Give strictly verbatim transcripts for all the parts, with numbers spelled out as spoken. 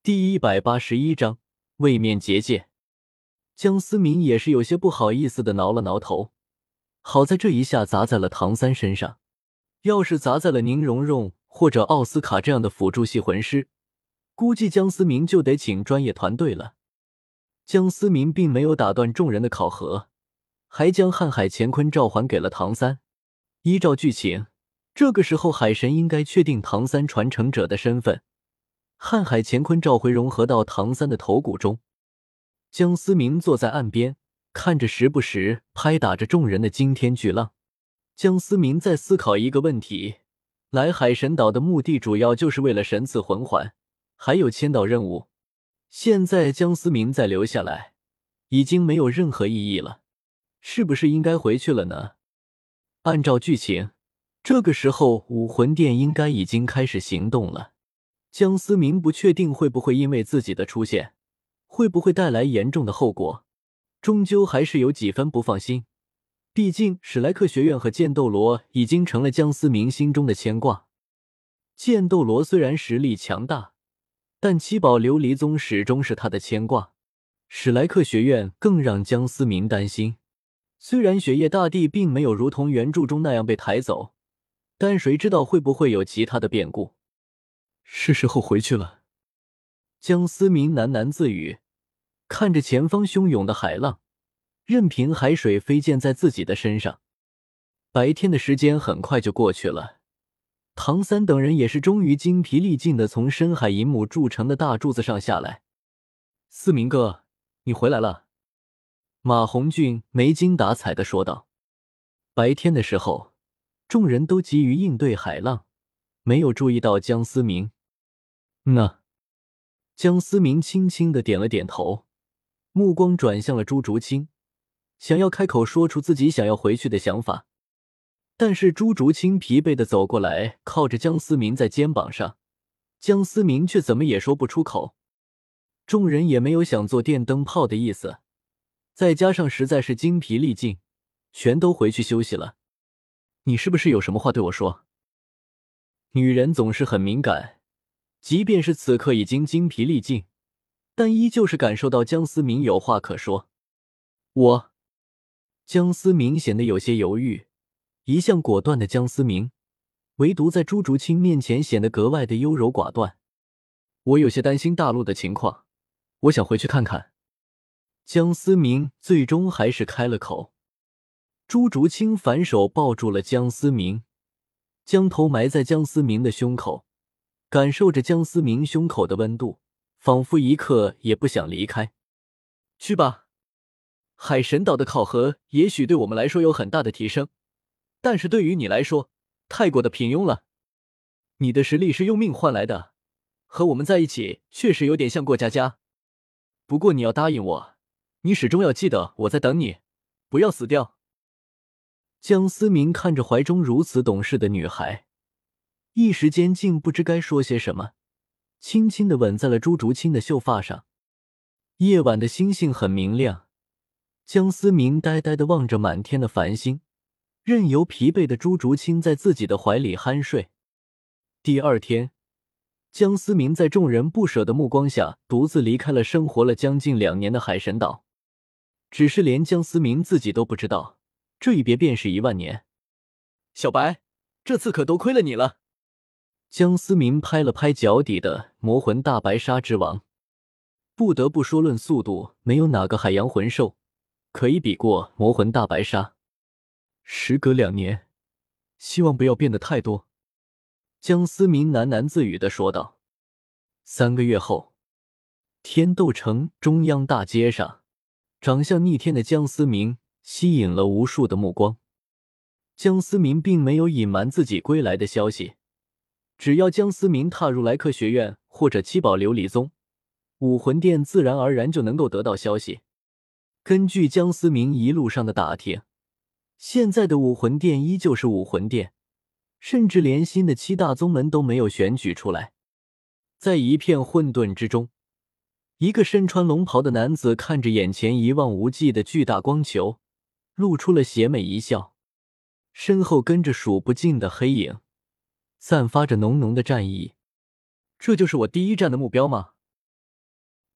第一百八十一章位面结界。江思明也是有些不好意思的挠了挠头，好在这一下砸在了唐三身上，要是砸在了宁荣荣或者奥斯卡这样的辅助系魂师，估计江思明就得请专业团队了。江思明并没有打断众人的考核，还将瀚海乾坤召还给了唐三。依照剧情，这个时候海神应该确定唐三传承者的身份，瀚海乾坤召回融合到唐三的头骨中。江思明坐在岸边，看着时不时拍打着众人的惊天巨浪。江思明在思考一个问题，来海神岛的目的主要就是为了神赐魂环，还有签到任务。现在江思明再留下来，已经没有任何意义了，是不是应该回去了呢？按照剧情，这个时候武魂殿应该已经开始行动了。江思明不确定会不会因为自己的出现，会不会带来严重的后果，终究还是有几分不放心。毕竟史莱克学院和剑斗罗已经成了江思明心中的牵挂。剑斗罗虽然实力强大，但七宝琉璃宗始终是他的牵挂。史莱克学院更让江思明担心。虽然雪夜大帝并没有如同原著中那样被抬走，但谁知道会不会有其他的变故。是时候回去了。江思明喃喃自语，看着前方汹涌的海浪，任凭海水飞溅在自己的身上。白天的时间很快就过去了，唐三等人也是终于精疲力尽地从深海银母铸成的大柱子上下来。思明哥，你回来了。马红俊没精打采地说道。白天的时候，众人都急于应对海浪，没有注意到江思明。那江思明轻轻地点了点头，目光转向了朱竹清，想要开口说出自己想要回去的想法。但是朱竹清疲惫地走过来，靠着江思明在肩膀上，江思明却怎么也说不出口。众人也没有想做电灯泡的意思，再加上实在是精疲力尽，全都回去休息了。你是不是有什么话对我说？女人总是很敏感，即便是此刻已经精疲力尽，但依旧是感受到江思明有话可说。我……江思明显得有些犹豫，一向果断的江思明，唯独在朱竹清面前显得格外的优柔寡断。我有些担心大陆的情况，我想回去看看。江思明最终还是开了口。朱竹清反手抱住了江思明，将头埋在江思明的胸口，感受着江思明胸口的温度，仿佛一刻也不想离开。去吧，海神岛的考核也许对我们来说有很大的提升，但是对于你来说，太过的平庸了。你的实力是用命换来的，和我们在一起确实有点像过家家。不过你要答应我，你始终要记得我在等你，不要死掉。江思明看着怀中如此懂事的女孩，一时间竟不知该说些什么，轻轻地吻在了朱竹清的秀发上。夜晚的星星很明亮，江思明呆呆地望着满天的繁星，任由疲惫的朱竹清在自己的怀里酣睡。第二天，江思明在众人不舍的目光下独自离开了生活了将近两年的海神岛。只是连江思明自己都不知道，这一别便是一万年。小白，这次可多亏了你了。江思明拍了拍脚底的魔魂大白鲨之王。不得不说，论速度，没有哪个海洋魂兽可以比过魔魂大白鲨。时隔两年，希望不要变得太多。江思明喃喃自语地说道。三个月后，天斗城中央大街上，长相逆天的江思明吸引了无数的目光。江思明并没有隐瞒自己归来的消息，只要江思明踏入莱克学院或者七宝琉璃宗，武魂殿自然而然就能够得到消息。根据江思明一路上的打听，现在的武魂殿依旧是武魂殿，甚至连新的七大宗门都没有选举出来。在一片混沌之中，一个身穿龙袍的男子看着眼前一望无际的巨大光球，露出了邪魅一笑，身后跟着数不尽的黑影，散发着浓浓的战意。这就是我第一站的目标吗？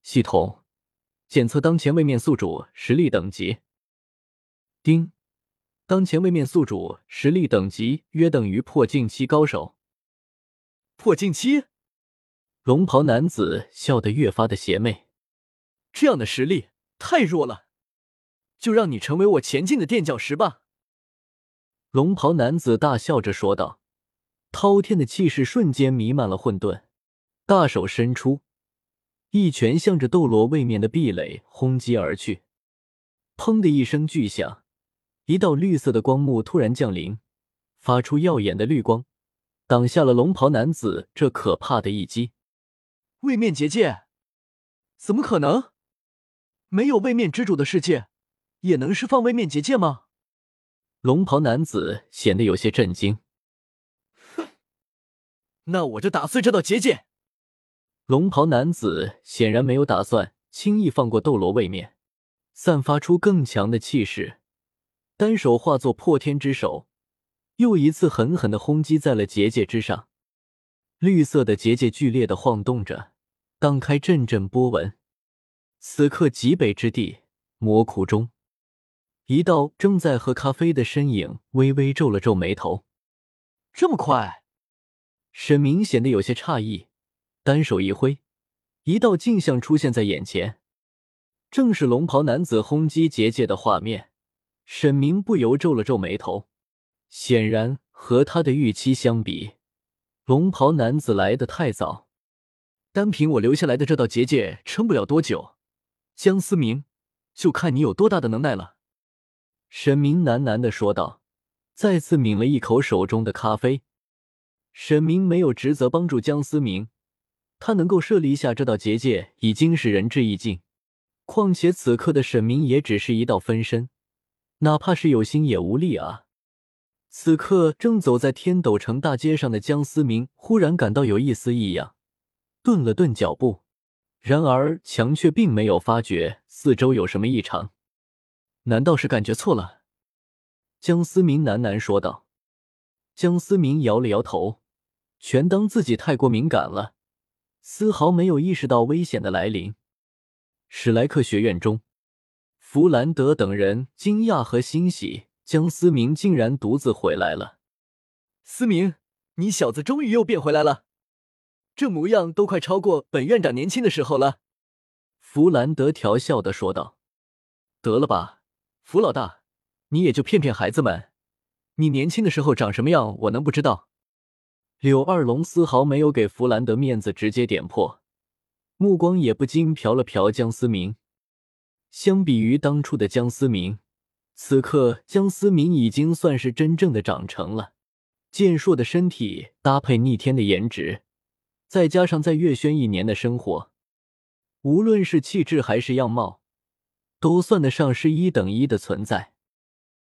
系统检测当前位面宿主实力等级。丁，当前位面宿主实力等级约等于破境期高手。 破境期？ 龙袍男子笑得越发的邪魅。 这样的实力太弱了，就让你成为我前进的垫脚石吧。 龙袍男子大笑着说道，滔天的气势瞬间弥漫了混沌，大手伸出，一拳向着斗罗位面的壁垒轰击而去。砰的一声巨响，一道绿色的光幕突然降临，发出耀眼的绿光，挡下了龙袍男子这可怕的一击。 位面结界？怎么可能？没有位面之主的世界，也能释放位面结界吗？ 龙袍男子显得有些震惊。 哼，那我就打碎这道结界。 龙袍男子显然没有打算轻易放过斗罗位面，散发出更强的气势，单手化作破天之手，又一次狠狠地轰击在了结界之上。绿色的结界剧烈地晃动着，荡开阵阵波纹。此刻极北之地魔窟中，一道正在喝咖啡的身影微微皱了皱眉头。 这么快？ 沈明显得有些诧异，单手一挥，一道镜像出现在眼前，正是龙袍男子轰击结界的画面。沈明不由皱了皱眉头，显然和他的预期相比，龙袍男子来得太早。 单凭我留下来的这道结界撑不了多久，江思明，就看你有多大的能耐了。 沈明喃喃地说道，再次抿了一口手中的咖啡。沈明没有职责帮助江思明，他能够设立下这道结界已经是仁至义尽，况且此刻的沈明也只是一道分身，哪怕是有心也无力啊。此刻正走在天斗城大街上的江思明忽然感到有一丝异样，顿了顿脚步，然而强却并没有发觉四周有什么异常。 难道是感觉错了？ 江思明喃喃说道。江思明摇了摇头，全当自己太过敏感了，丝毫没有意识到危险的来临。史莱克学院中，弗兰德等人惊讶和欣喜，江思明竟然独自回来了。 思明，你小子终于又变回来了，这模样都快超过本院长年轻的时候了。 弗兰德调笑地说道。 得了吧，弗老大，你也就骗骗孩子们，你年轻的时候长什么样我能不知道？ 柳二龙丝毫没有给弗兰德面子，直接点破，目光也不禁瞟了瞟江思明。相比于当初的江思明，此刻江思明已经算是真正的长成了。健硕的身体搭配逆天的颜值，再加上在月轩一年的生活，无论是气质还是样貌，都算得上是一等一的存在。